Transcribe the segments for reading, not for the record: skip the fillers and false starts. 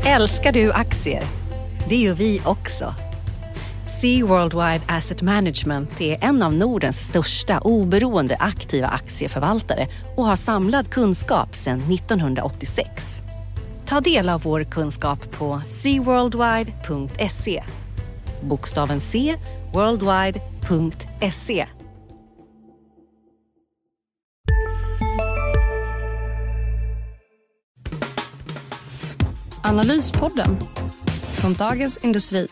Älskar du aktier? Det gör vi också. Sea Worldwide Asset Management är en av Nordens största oberoende aktiva aktieförvaltare och har samlad kunskap sedan 1986. Ta del av vår kunskap på seaworldwide.se. Bokstaven C, worldwide.se. Analyspodden från Dagens Industri.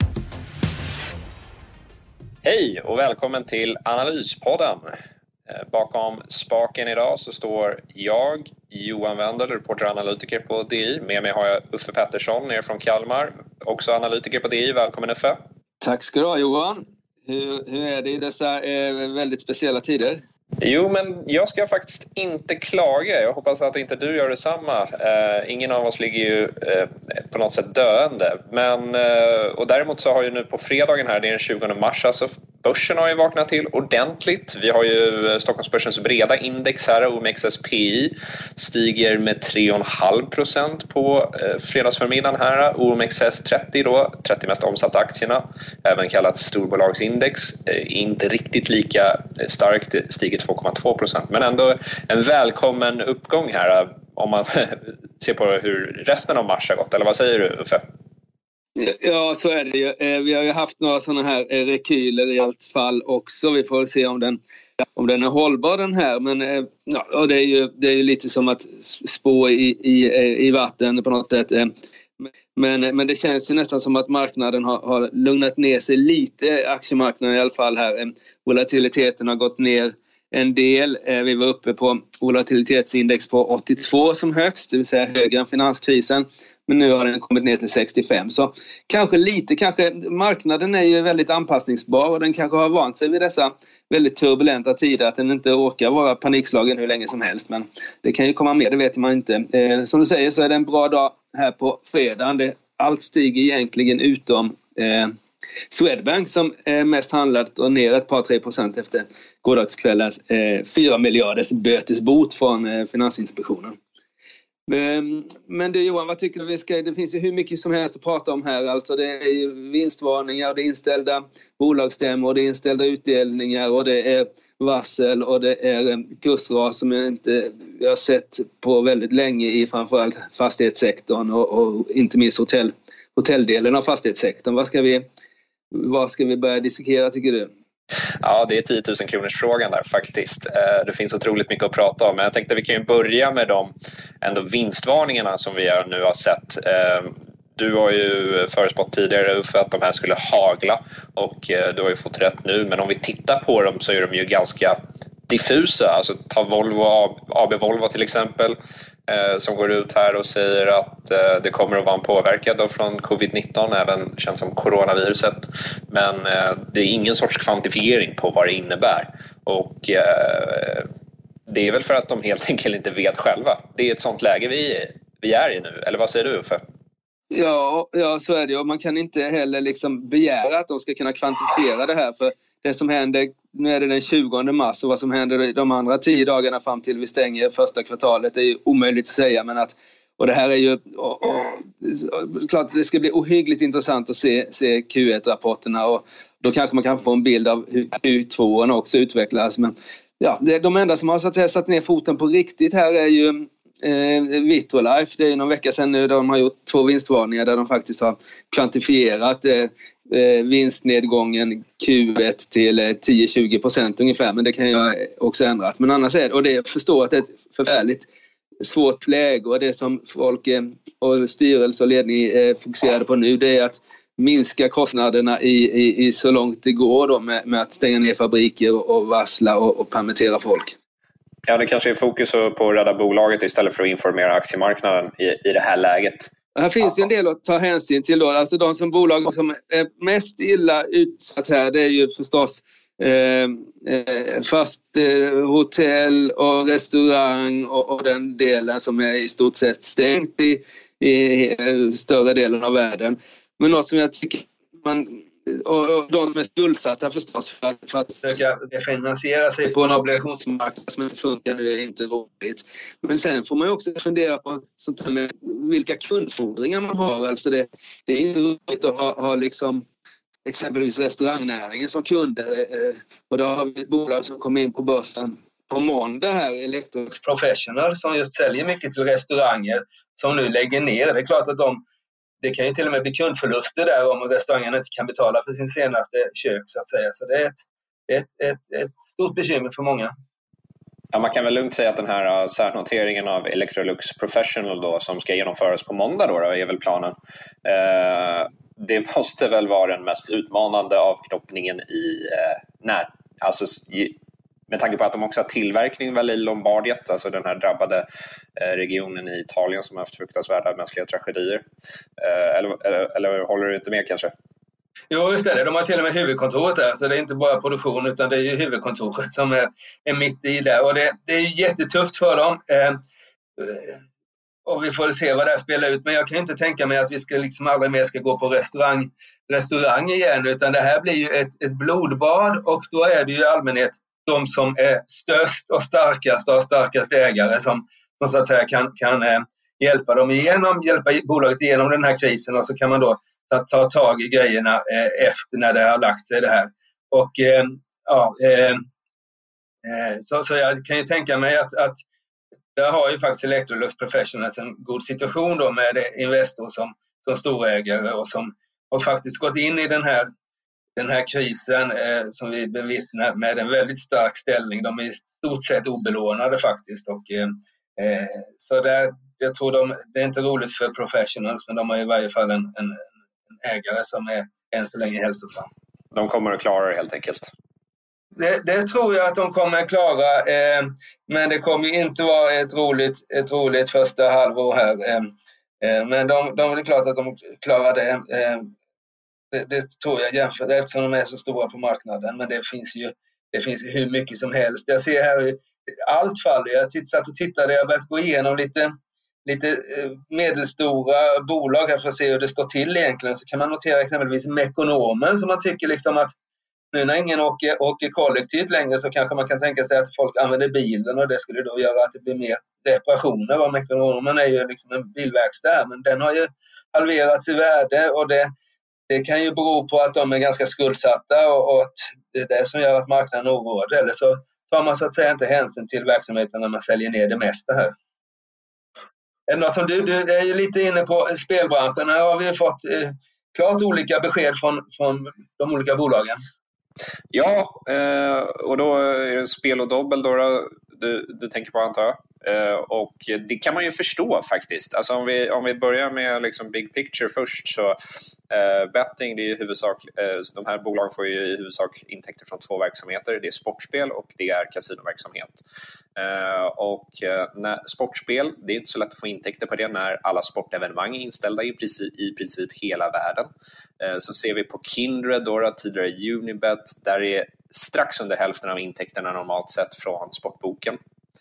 Hej och välkommen till Analyspodden. Bakom spaken idag så står jag, Johan Wendel, reporter och analytiker på DI. Med mig har jag Uffe Pettersson ner från Kalmar, också analytiker på DI. Välkommen Uffe. Tack ska du ha Johan. Hur är det i dessa väldigt speciella tider? Jo, men jag ska faktiskt inte klaga. Jag hoppas att inte du gör detsamma. Ingen av oss ligger ju på något sätt döende. Och däremot så har ju nu på fredagen här, det är den 20 mars, alltså börsen har ju vaknat till ordentligt. Vi har ju Stockholmsbörsens breda index här, OMXSPI, stiger med 3,5% på fredagsförmiddagen här. OMXS30 då, 30 mest omsatta aktierna, även kallat storbolagsindex, inte riktigt lika starkt, stiger 2,2%. Men ändå en välkommen uppgång här om man ser på hur resten av mars har gått. Eller vad säger du, Uffe? Ja, så är det ju. Vi har ju haft några sådana här rekyler i allt fall också. Vi får se om den är hållbar den här. Men ja, det är ju lite som att spå i vatten på något sätt. Men det känns ju nästan som att marknaden har lugnat ner sig lite. Aktiemarknaden i alla fall här. Volatiliteten har gått ner en del. Vi var uppe på volatilitetsindex på 82 som högst, det vill säga högre än finanskrisen. Men nu har den kommit ner till 65. Så kanske marknaden är ju väldigt anpassningsbar och den kanske har vant sig vid dessa väldigt turbulenta tider att den inte orkar vara panikslagen hur länge som helst. Men det kan ju komma med, det vet man inte. Som du säger så är det en bra dag här på fredagen. Allt stiger egentligen utom Swedbank som mest handlat och ner ett par 3% efter gårdagskvällens 4 miljarders bötesbot från Finansinspektionen. Men du Johan, vad tycker du det finns ju hur mycket som helst att prata om här. Alltså det är ju vinstvarningar, det är inställda bolagsstämmor, det är inställda utdelningar och det är varsel och det är kursras som jag inte har sett på väldigt länge i framförallt fastighetssektorn och inte minst hotelldelen av fastighetssektorn. Vad ska vi börja dissekera tycker du? Ja, det är 10 000 kronors frågan där faktiskt. Det finns otroligt mycket att prata om. Men jag tänkte att vi kan ju börja med de ändå vinstvarningarna som vi nu har sett. Du har ju förespått tidigare för att de här skulle hagla och du har ju fått rätt nu. Men om vi tittar på dem så är de ju ganska diffusa. Alltså ta AB Volvo till exempel, som går ut här och säger att det kommer att vara en påverkan då från covid-19, även känns som coronaviruset. Men det är ingen sorts kvantifiering på vad det innebär. Och det är väl för att de helt enkelt inte vet själva. Det är ett sånt läge vi är i nu. Eller vad säger du, Uffe? Ja, så är det. Och man kan inte heller liksom begära att de ska kunna kvantifiera det här. För det som händer, nu är det den 20 mars och vad som händer de andra 10 dagarna fram till vi stänger första kvartalet är ju omöjligt att säga. Men och det här är ju klart det ska bli ohyggligt intressant att se Q1-rapporterna och då kanske man kan få en bild av hur Q2 också utvecklas. Men ja, de enda som har så att säga satt ner foten på riktigt här är ju Vitrolife. Det är någon vecka sedan nu de har gjort 2 vinstvarningar där de faktiskt har kvantifierat vinstnedgången Q1 till 10-20% ungefär, men det kan ju också ändras. Men annars är det, och det förstår att det är ett förfärligt svårt läge och det som folk och styrelse och ledning fokuserade på nu, det är att minska kostnaderna i så långt det går då med att stänga ner fabriker och varsla och permittera folk. Ja, det kanske är fokus på att rädda bolaget istället för att informera aktiemarknaden i det här läget. Här finns ju en del att ta hänsyn till då. Alltså de bolag som är mest illa utsatt här, det är ju förstås fast hotell och restaurang och den delen som är i stort sett stängt i större delen av världen. Men något som jag tycker man och de som är skuldsatta förstås för att försöka finansiera sig på en obligationsmarknad som inte funkar nu är inte roligt. Men sen får man ju också fundera på sånt här med vilka kundfordringar man har. Alltså det är inte roligt att ha liksom exempelvis restaurangnäringen som kunder. Och då har vi ett bolag som kom in på börsen på måndag här, Electrolux Professional, som just säljer mycket till restauranger som nu lägger ner. Det är klart att det kan ju till och med bli kundförluster där om restaurangerna inte kan betala för sin senaste kök så att säga. Så det är ett stort bekymmer för många. Ja, man kan väl lugnt säga att den här särnoteringen av Electrolux Professional då, som ska genomföras på måndag då är väl planen. Det måste väl vara den mest utmanande avknoppningen med tanke på att de också har tillverkning väl i Lombardiet, alltså den här drabbade regionen i Italien som har haft fruktansvärda mänskliga tragedier. Eller håller du inte med kanske? Jo, just det. De har till och med huvudkontoret där, så det är inte bara produktion utan det är ju huvudkontoret som är mitt i där. Och det är ju jättetufft för dem. Och vi får se vad det här spelar ut. Men jag kan inte tänka mig att vi ska liksom aldrig mer ska gå på restaurang igen, utan det här blir ju ett blodbad, och då är det ju i allmänhet de som är störst och starkast ägare som så att säga kan hjälpa bolaget igenom den här krisen, och så kan man då ta tag i grejerna efter när det har lagt sig det här. Och så jag kan ju tänka mig att där har ju faktiskt Electrolux Professionals en god situation då med Investor som storägare och som har faktiskt gått in i den här krisen som vi bevittnar med en väldigt stark ställning. De är i stort sett obelånade faktiskt. Och, så jag tror det är inte roligt för professionals, men de har i varje fall en ägare som är än så länge hälsosam. De kommer att klara det helt enkelt. Det tror jag att de kommer att klara, men det kommer inte vara ett roligt första halvår här. Men det är klart att de klarar det. Det tror jag jämfört, eftersom de är så stora på marknaden. Men det finns ju hur mycket som helst. Jag ser här allt faller. Jag satt och tittade, jag har börjat gå igenom lite medelstora bolag här för att se hur det står till egentligen. Så kan man notera exempelvis Mekonomen, som man tycker liksom att nu när ingen åker kollektivt längre så kanske man kan tänka sig att folk använder bilen, och det skulle då göra att det blir mer reparationer. Och Mekonomen är ju liksom en bilverkstad här, men den har ju halverats i värde, och det kan ju bero på att de är ganska skuldsatta och att det är det som gör att marknaden är oroad. Eller så tar man så att säga inte hänsyn till verksamheten när man säljer ner det mesta här. Är det något som du är ju lite inne på spelbranschen. Här har vi fått klart olika besked från de olika bolagen. Ja, och då är det spel och dobbel då du tänker på, antar jag. Och det kan man ju förstå faktiskt. Alltså om vi börjar med liksom big picture först, så betting, det är ju huvudsak, de här bolagen får ju i huvudsak intäkter från två verksamheter. Det är sportspel och det är kasinoverksamhet. Och sportspel, det är inte så lätt att få intäkter på det när alla sportevenemang är inställda i princip hela världen. Så ser vi på Kindred då, tidigare Unibet, där är strax under hälften av intäkterna normalt sett från sportboken.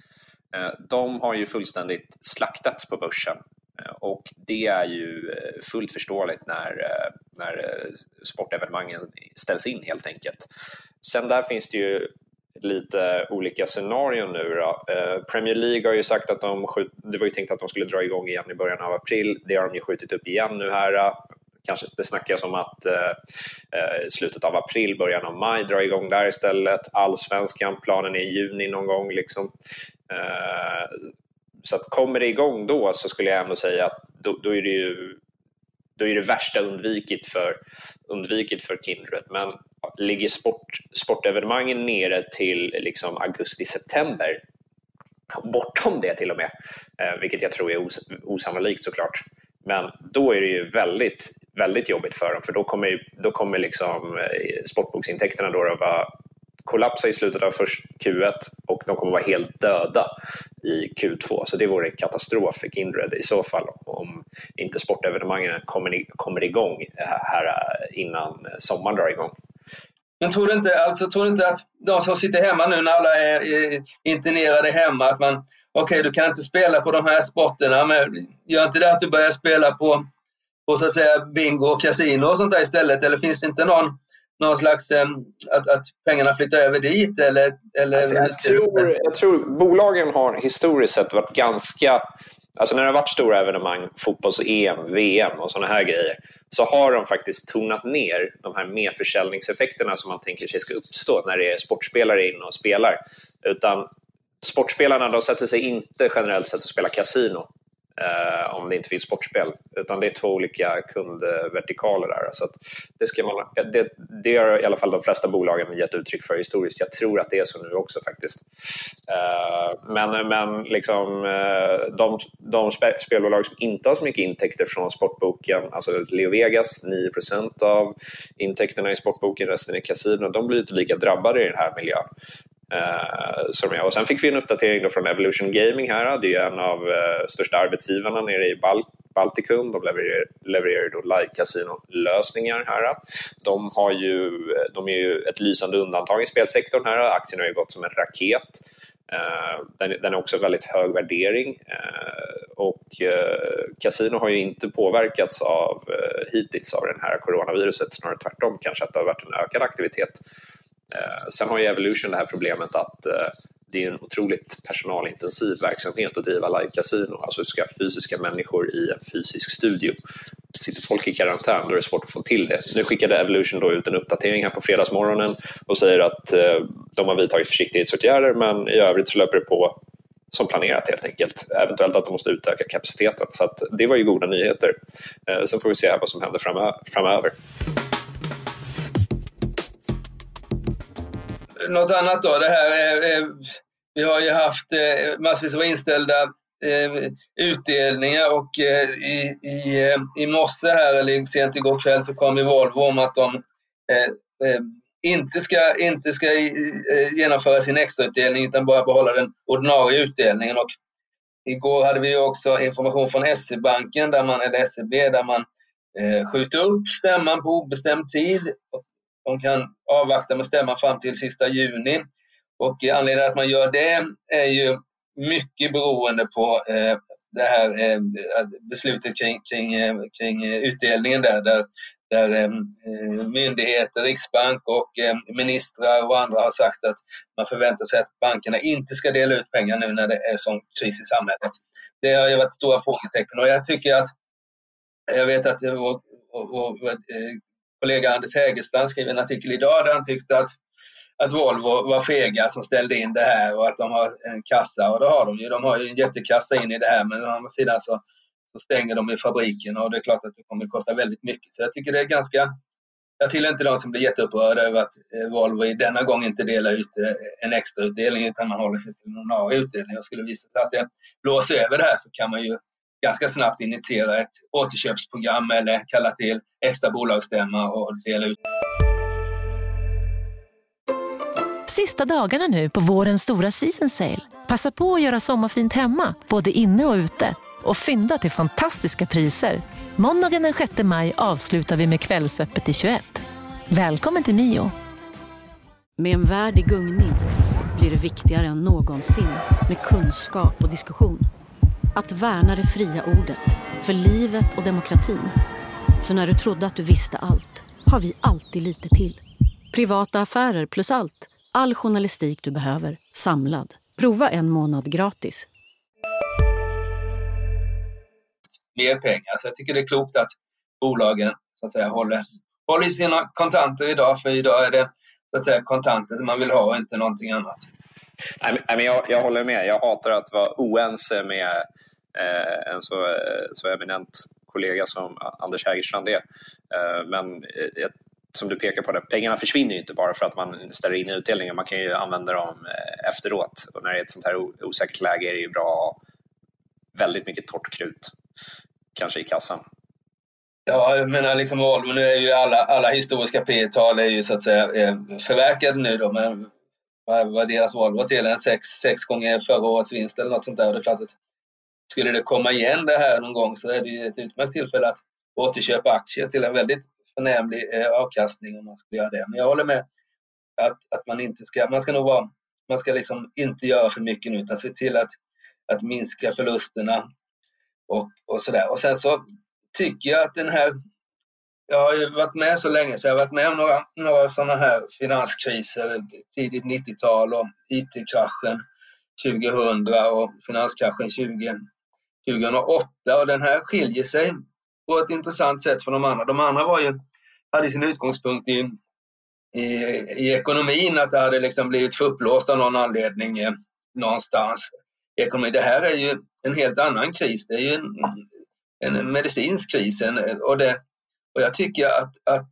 De har ju fullständigt slaktats på börsen, och det är ju fullt förståeligt när sportevenemangen ställs in helt enkelt. Sen där finns det ju lite olika scenarion nu då. Premier League har ju sagt att det var ju tänkt att de skulle dra igång igen i början av april. Det har de ju skjutit upp igen nu här. Kanske det snackas om att slutet av april, början av maj dra igång där istället. Allsvenskan, planen är i juni någon gång liksom. Så att kommer det igång då, så skulle jag ändå säga att då är det värsta undvikit för Kindred. Men ligger sportevenemangen nere till liksom augusti-september, bortom det till och med, vilket jag tror är osannolikt såklart, men då är det ju väldigt, väldigt jobbigt för dem, för då kommer liksom sportboksintäkterna då vara kollapsa i slutet av först Q1, och de kommer vara helt döda i Q2. Så det vore en katastrof för Kindred i så fall, om inte sportevenemangen kommer igång här innan sommaren drar igång. Men tror du inte att de som sitter hemma nu när alla är internerade hemma, att man du kan inte spela på de här sporterna, men gör inte det att du börjar spela på så att säga bingo och kasino och sånt där istället? Eller finns det inte någon slags att pengarna flyttar över dit? Eller alltså, jag tror bolagen har historiskt sett varit ganska... Alltså när det har varit stora evenemang, fotbolls-EM, VM och sådana här grejer, så har de faktiskt tonat ner de här merförsäljningseffekterna som man tänker sig ska uppstå när det är sportspelare in och spelar. Utan sportspelarna, de sätter sig inte generellt sett att spela kasino om det inte finns sportspel, utan det är två olika kundvertikaler där. Så att det har i alla fall de flesta bolagen gett uttryck för historiskt. Jag tror att det är så nu också faktiskt. Men liksom de spelbolag som inte har så mycket intäkter från sportboken, alltså Leo Vegas, 9% av intäkterna i sportboken, resten är kasino, de blir inte lika drabbade i den här miljön. Och sen fick vi en uppdatering då från Evolution Gaming här. Det är en av största arbetsgivarna nere i Baltikum. De levererar då live-casino-lösningar här. De är ju ett lysande undantag i spelsektorn här. Aktien har ju gått som en raket. Den är också väldigt hög värdering. Och kasino har ju inte påverkats hittills av den här coronaviruset. Snarare tvärtom kanske att det har varit en ökad aktivitet. Sen har ju Evolution det här problemet att det är en otroligt personalintensiv verksamhet att driva live-casino. Alltså du ska ha fysiska människor i en fysisk studio. Sitter folk i karantän, då är det svårt att få till det. Nu skickade Evolution då ut en uppdatering här på fredagsmorgonen och säger att de har vidtagit försiktighetsåtgärder, men i övrigt så löper det på som planerat helt enkelt. Eventuellt att de måste utöka kapaciteten. Så att det var ju goda nyheter. Sen får vi se vad som händer framöver. Något annat då, det här vi har ju haft massvis av inställda utdelningar och i morse här eller sent igår kväll så kom i Volvo om att de inte ska genomföra sin extrautdelning utan bara behålla den ordinarie utdelningen. Och igår hade vi också information från SE-banken eller SEB där man skjuter upp stämman på obestämd tid. De kan avvakta med stämman fram till sista juni. Och anledningen att man gör det är ju mycket beroende på det här beslutet kring utdelningen där myndigheter, Riksbank och ministrar och andra har sagt att man förväntar sig att bankerna inte ska dela ut pengar nu när det är sån kris i samhället. Det har ju varit stora frågetecken och jag tycker att jag vet att vår kollega Anders Hägerstrand skrev en artikel idag där han tyckte att Volvo var fega som ställde in det här och att de har en kassa, och det har de ju. De har ju en jättekassa in i det här, men å andra sidan så stänger de i fabriken och det är klart att det kommer att kosta väldigt mycket. Så jag tycker det är jag tillhör inte de som blir jätteupprörda över att Volvo i denna gång inte delar ut en extra utdelning utan man håller sig till en ordinarie utdelning. Jag skulle visa att det blåser över det här så kan man ju ganska snabbt initiera ett återköpsprogram eller kalla till extra bolagsstämma och dela ut. Sista dagarna nu på vårens stora season sale. Passa på att göra sommarfint hemma, både inne och ute. Och fynda till fantastiska priser. Måndagen den 6 maj avslutar vi med kvällsöppet i 21. Välkommen till Mio. Med en värld i gungning blir det viktigare än någonsin med kunskap och diskussion. Att värna det fria ordet, för livet och demokratin. Så när du trodde att du visste allt, har vi alltid lite till. Privata affärer plus allt. All journalistik du behöver, samlad. Prova 1 månad gratis. Mer pengar. Så jag tycker det är klokt att bolagen så att säga håller i sina kontanter idag. För idag är det så att säga kontanter man vill ha och inte någonting annat. Nej, men jag håller med. Jag hatar att vara oense med en så eminent kollega som Anders Hägerstrand är. Men som du pekar på det, pengarna försvinner ju inte bara för att man ställer in utdelningar. Man kan ju använda dem efteråt. Och när det är ett sånt här osäkert läge är det ju bra att ha väldigt mycket torrt krut. Kanske i kassan. Ja, jag menar liksom Volvo, nu är ju alla historiska P-tal är ju så att säga förverkade nu då. Men vad deras Volvo till en 6 gånger förra årets vinst eller något sånt där. Och det är klart att skulle det komma igen det här någon gång så är det ju ett utmärkt tillfälle att återköpa aktier till en väldigt förnämlig avkastning om man skulle göra det. Men jag håller med att man ska liksom inte göra för mycket nu utan se till att minska förlusterna och sådär. Och sen så tycker jag att den här, jag har ju varit med så länge så jag har varit med om några sådana här finanskriser, tidigt 90-tal och IT-kraschen 2000 och finanskraschen 2008, och den här skiljer sig på ett intressant sätt från de andra. De andra hade sin utgångspunkt i ekonomin, att det hade liksom blivit uppblåst av någon anledning någonstans. Ekonomi. Det här är ju en helt annan kris. Det är ju en medicinsk kris. Och jag tycker att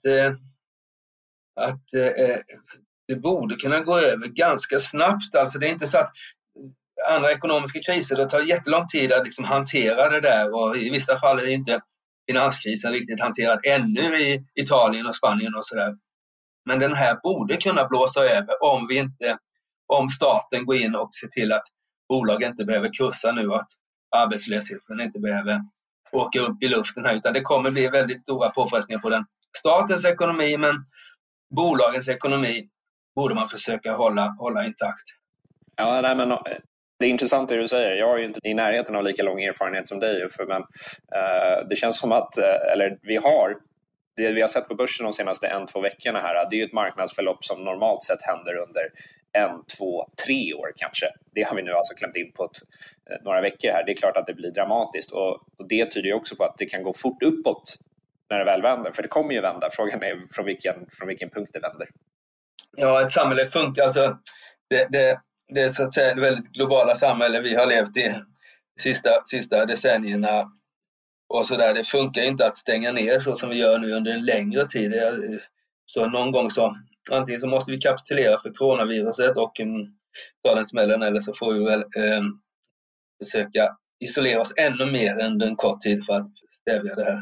det borde kunna gå över ganska snabbt. Alltså det är inte så att andra ekonomiska kriser, det tar jättelång tid att liksom hantera det där, och i vissa fall är inte finanskrisen riktigt hanterad ännu i Italien och Spanien och sådär. Men den här borde kunna blåsa över om staten går in och ser till att bolag inte behöver kursa nu, att arbetslösheten inte behöver åka upp i luften här, utan det kommer bli väldigt stora påfrestningar på den statens ekonomi, men bolagens ekonomi borde man försöka hålla intakt. Ja, nej, men det är intressant det du säger. Jag har ju inte i närheten av lika lång erfarenhet som dig, men det känns som att, eller det vi har sett på börsen de senaste 1-2 veckorna här, det är ju ett marknadsförlopp som normalt sett händer under 1, 2, 3 år kanske. Det har vi nu alltså klämt in på några veckor här. Det är klart att det blir dramatiskt, och det tyder ju också på att det kan gå fort uppåt när det väl vänder, för det kommer ju vända. Frågan är från vilken punkt det vänder. Ja, ett samhälle funkar, alltså det är så att säga ett väldigt globala samhälle vi har levt i sista decennierna och så där. Det funkar inte att stänga ner så som vi gör nu under en längre tid. Så någon gång så antingen så måste vi kapitulera för coronaviruset och ta den smällen, eller så får vi väl försöka isolera oss ännu mer under en kort tid för att stävja det här.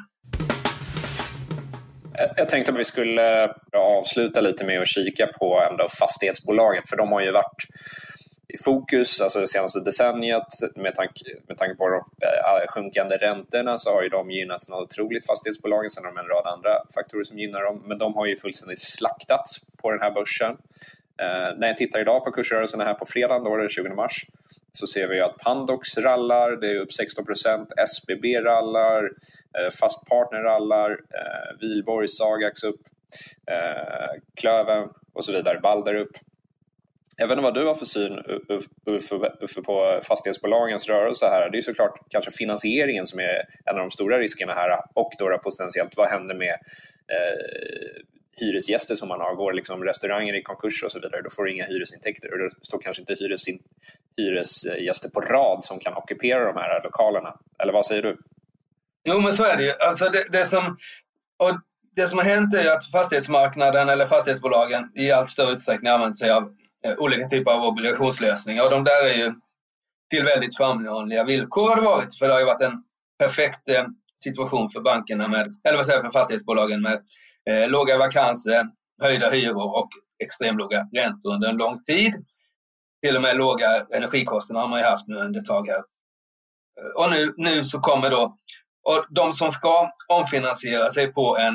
Jag tänkte att vi skulle avsluta lite med att kika på ändå fastighetsbolagen, för de har ju varit i fokus alltså det senaste decenniet. Med tanke på de sjunkande räntorna så har ju de gynnats något otroligt, fastighetsbolagen. Sen har de en rad andra faktorer som gynnar dem, men de har ju fullständigt slaktats på den här börsen. När jag tittar idag på kursrörelserna här på fredag, då är det 20 mars, så ser vi att Pandox rallar, det är upp 16%, SBB rallar, Fastpartner rallar, Wihlborg, Sagax upp, Klöven och så vidare, Balder upp. Jag vet inte vad du har för syn Uffe på fastighetsbolagens rörelse här. Det är såklart kanske finansieringen som är en av de stora riskerna här, och då potentiellt vad händer med hyresgäster som man har. Går liksom restauranger i konkurs och så vidare, då får du inga hyresintäkter, och det står kanske inte hyresgäster på rad som kan ockupera de här lokalerna. Eller vad säger du? Jo, men så är det ju. Alltså det som har hänt är ju att fastighetsmarknaden eller fastighetsbolagen i allt större utsträckning använder sig av olika typer av obligationslösningar, och de där är ju till väldigt förmånliga villkor har det varit, för det har ju varit en perfekt situation för bankerna för fastighetsbolagen med låga vakanser, höjda hyror och extremt låga räntor under en lång tid. Till och med låga energikostnader har man ju haft nu under ett tag här. Och nu så kommer då, och de som ska omfinansiera sig på en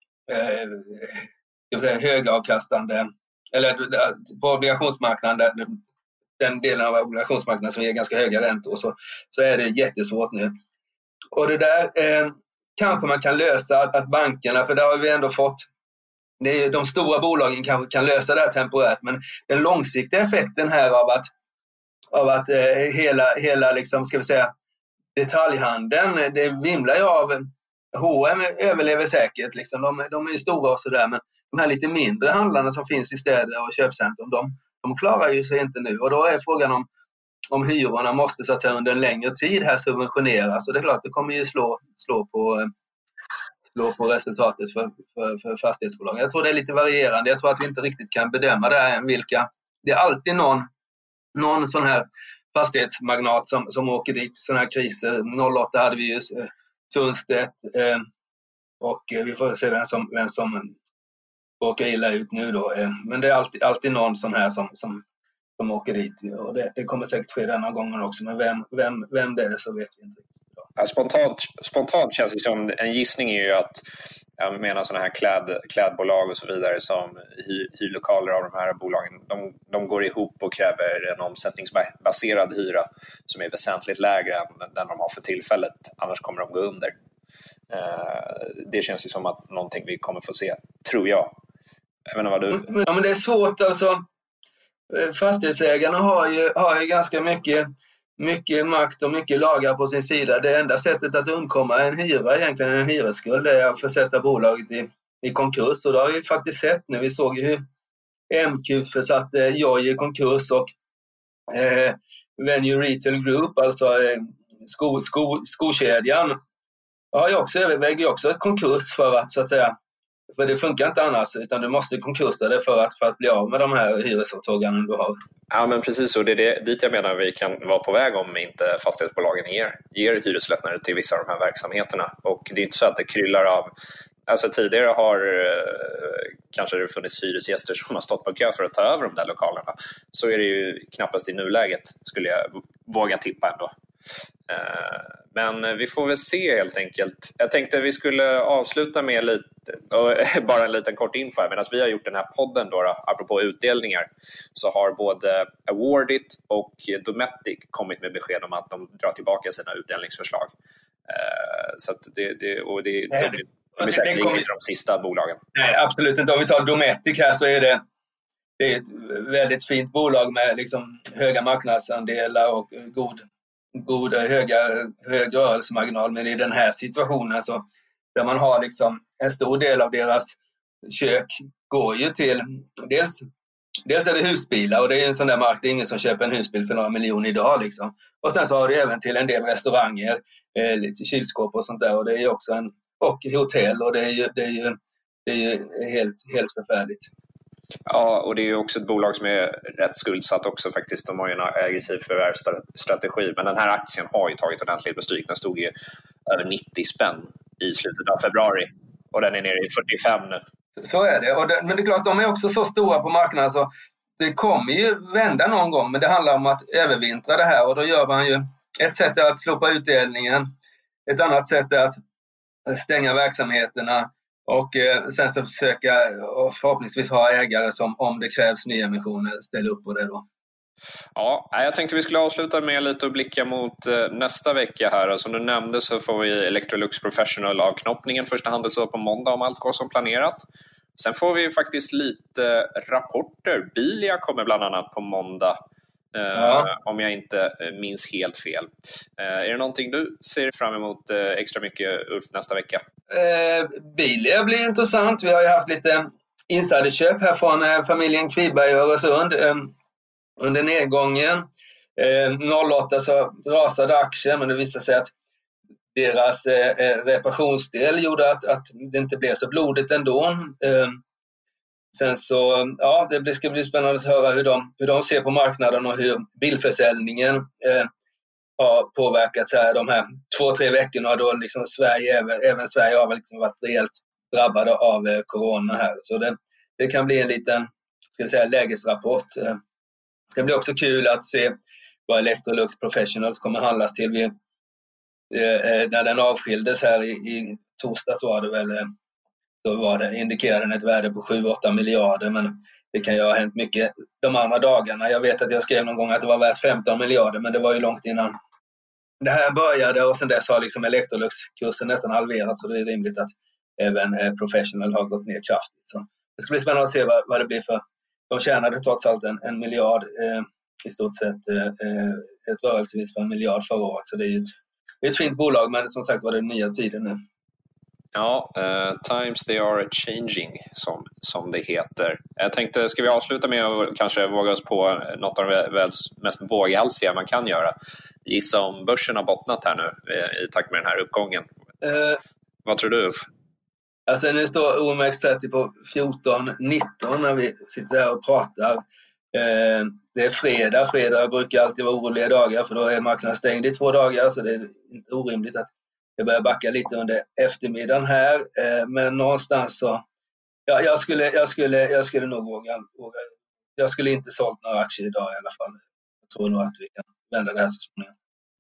högavkastande, eller på obligationsmarknaden, den delen av obligationsmarknaden som ger ganska höga räntor, så är det jättesvårt nu. Och det där kanske man kan lösa, att bankerna, för där har vi ändå fått, det är de stora bolagen kanske kan lösa det här temporärt, men den långsiktiga effekten här av att hela liksom, ska vi säga, detaljhandeln, det vimlar ju av. H&M överlever säkert, liksom. De är stora och sådär, men de här lite mindre handlarna som finns i städer och köpcentrum, de klarar ju sig inte nu, och då är frågan om hyrorna måste så att säga under en längre tid här subventioneras, och det är klart det kommer ju slå på resultatet för fastighetsbolagen. Jag tror det är lite varierande. Jag tror att vi inte riktigt kan bedöma det här än vilka. Det är alltid någon sån här fastighetsmagnat som åker dit såna här kriser. 08 hade vi ju Sundstedt, och vi får se vem som åker illa ut nu då. Men det är alltid någon sån här som åker dit, och det kommer säkert ske denna gången också, men vem det är så vet vi inte. Ja, spontant känns det som, en gissning är ju att jag menar sådana här klädbolag och så vidare som hyr lokaler av de här bolagen, de går ihop och kräver en omsättningsbaserad hyra som är väsentligt lägre än den de har för tillfället, annars kommer de gå under. Det känns ju som att någonting vi kommer få se, tror jag. Jag vet inte vad du... Ja, men det är svårt alltså. Fastighetsägarna har ju ganska mycket makt och mycket lagar på sin sida. Det enda sättet att undkomma en hyra, egentligen en hyresskuld, är att försätta bolaget i konkurs. Och det har vi faktiskt sett nu. Vi såg ju hur MQ försatte Joj i konkurs och Venue Retail Group, alltså skokedjan, överväger också ett konkurs för att, så att säga, för det funkar inte annars, utan du måste konkursa det för att bli av med de här hyresåtaganden du har. Ja, men precis så. Det är dit jag menar vi kan vara på väg om inte fastighetsbolagen ger hyreslättnader till vissa av de här verksamheterna. Och det är inte så att det kryllar av. Alltså tidigare har kanske det funnits hyresgäster som har stått på kö för att ta över de där lokalerna. Så är det ju knappast i nuläget, skulle jag våga tippa ändå. Men vi får väl se helt enkelt. Jag tänkte vi skulle avsluta med lite, bara en liten kort info. Medan vi har gjort den här podden då, apropå utdelningar, så har både Awardit och Dometic kommit med besked om att de drar tillbaka sina utdelningsförslag. Så att det är säkert inte de sista bolagen. Nej, absolut inte. Om vi tar Dometic här så är det är ett väldigt fint bolag med liksom höga marknadsandelar och hög rörelsemarginal. Men i den här situationen så där man har liksom en stor del av deras kök går ju till dels är det husbilar, och det är en sån där mark, det är ingen som köper en husbil för några miljoner idag liksom. Och sen så har det även till en del restauranger, lite kylskåp och sånt där, och det är också och hotell, och det är ju helt förfärligt. Ja, och det är ju också ett bolag som är rätt skuldsatt också faktiskt. De har ju en aggressiv förvärvsstrategi, men den här aktien har ju tagit ordentligt bestryk. Den stod ju över 90 spänn i slutet av februari och den är nere i 45 nu. Så är det, men det är klart, de är också så stora på marknaden så det kommer ju vända någon gång, men det handlar om att övervintra det här, och då gör man ju ett sätt är att slopa utdelningen, ett annat sätt är att stänga verksamheterna och sen så försöka och förhoppningsvis ha ägare som, om det krävs nyemissioner, ställa upp på det då. Ja, jag tänkte vi skulle avsluta med lite och blicka mot nästa vecka här. Som du nämnde så får vi Electrolux Professional avknoppningen första handelsdag på måndag om allt går som planerat. Sen får vi faktiskt lite rapporter. Bilia kommer bland annat på måndag. Om jag inte minns helt fel. Är det någonting du ser fram emot extra mycket, Ulf, nästa vecka? Bilia blir intressant. Vi har ju haft lite insiderköp här från familjen Kviberg i Öresund under nedgången. 08 så rasade aktien, men det visade sig att deras reparationsdel gjorde att det inte blev så blodigt ändå. Sen så, ja, det ska bli spännande att höra hur de ser på marknaden och hur bilförsäljningen har påverkats här de här 2-3 veckorna då liksom även Sverige har liksom varit rejält drabbade av corona här. Så det kan bli en liten, ska vi säga, lägesrapport. Det blir också kul att se vad Electrolux Professionals kommer handlas till. När den avskildes här i torsdags var det väl, då indikerade den ett värde på 7-8 miljarder, men det kan ju ha hänt mycket de andra dagarna. Jag vet att jag skrev någon gång att det var värt 15 miljarder, men det var ju långt innan det här började, och sen dess har liksom Electrolux-kursen nästan halverats, så det är rimligt att även Professional har gått ner kraftigt. Så det ska bli spännande att se vad det blir för. De tjänade trots allt en miljard, i stort sett ett rörelsevis för 1 miljard förra året, så det är ju ett fint bolag, men som sagt var det nya tiden nu. Ja, times they are changing som det heter. Jag tänkte, ska vi avsluta med att kanske våga oss på något av det mest våghalsiga man kan göra? Gissa om börsen har bottnat här nu i takt med den här uppgången. Vad tror du? Alltså nu står OMX30 på 14,19 när vi sitter här och pratar. Det är fredag. Fredag brukar alltid vara oroliga dagar, för då är marknaden stängd i 2 dagar, så det är inte orimligt att det börjar backa lite under eftermiddagen här. Men någonstans så, ja, jag skulle nog våga. Jag skulle inte sålt några aktier idag i alla fall. Jag tror nog att vi kan vända det här så småningom.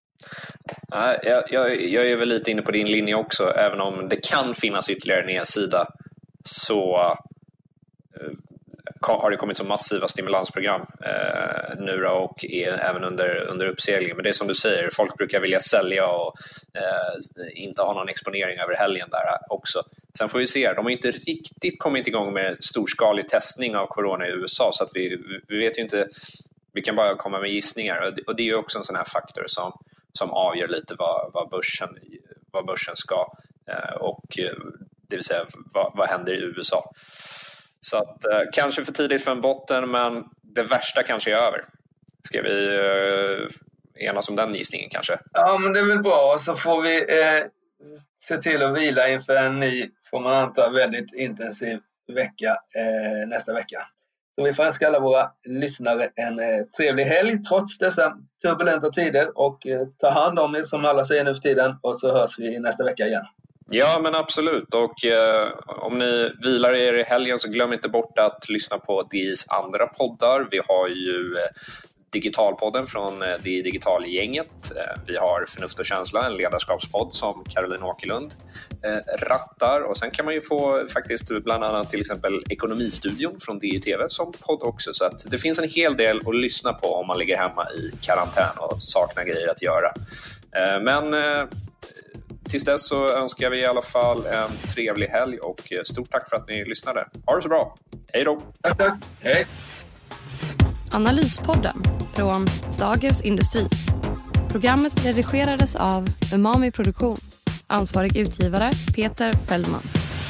Jag är väl lite inne på din linje också. Även om det kan finnas ytterligare nedsida, så har det kommit så massiva stimulansprogram nu då, och är även under uppsegling. Men det är som du säger, folk brukar vilja sälja och inte ha någon exponering över helgen där också. Sen får vi se, de har inte riktigt kommit igång med storskalig testning av corona i USA, så att vi vet ju inte, vi kan bara komma med gissningar, och det är ju också en sån här faktor som avgör lite vad börsen ska, och det vill säga vad händer i USA. Så att kanske för tidigt för en botten, men det värsta kanske är över. Ska vi enas om den gissningen kanske? Ja, men det är väl bra. Så får vi se till att vila inför en ny, får man anta, väldigt intensiv vecka nästa vecka. Så vi får önska alla våra lyssnare en trevlig helg trots dessa turbulenta tider, och ta hand om er som alla säger nu för tiden, och så hörs vi nästa vecka igen. Ja, men absolut. Och om ni vilar er i helgen så glöm inte bort att lyssna på DIs andra poddar. Vi har ju Digitalpodden från DI Digital-gänget. Vi har Förnuft och känsla, en ledarskapspodd som Caroline Åkerlund rattar. Och sen kan man ju få faktiskt bland annat till exempel Ekonomistudion från DI TV som podd också. Så att det finns en hel del att lyssna på om man ligger hemma i karantän och saknar grejer att göra. Men tills dess så önskar vi i alla fall en trevlig helg, och stort tack för att ni lyssnade. Ha det så bra. Hej då. Tack. Hej. Analyspodden från Dagens Industri. Programmet redigerades av Umami Produktion. Ansvarig utgivare Peter Fällman.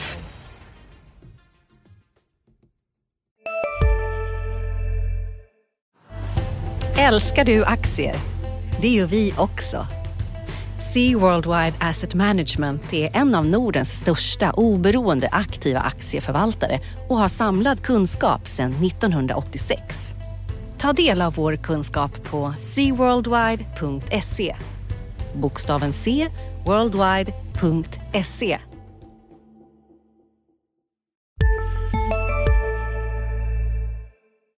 Älskar du aktier? Det gör vi också. Sea Worldwide Asset Management är en av Nordens största oberoende aktiva aktieförvaltare och har samlad kunskap sedan 1986. Ta del av vår kunskap på seaworldwide.se. Bokstaven C, worldwide.se.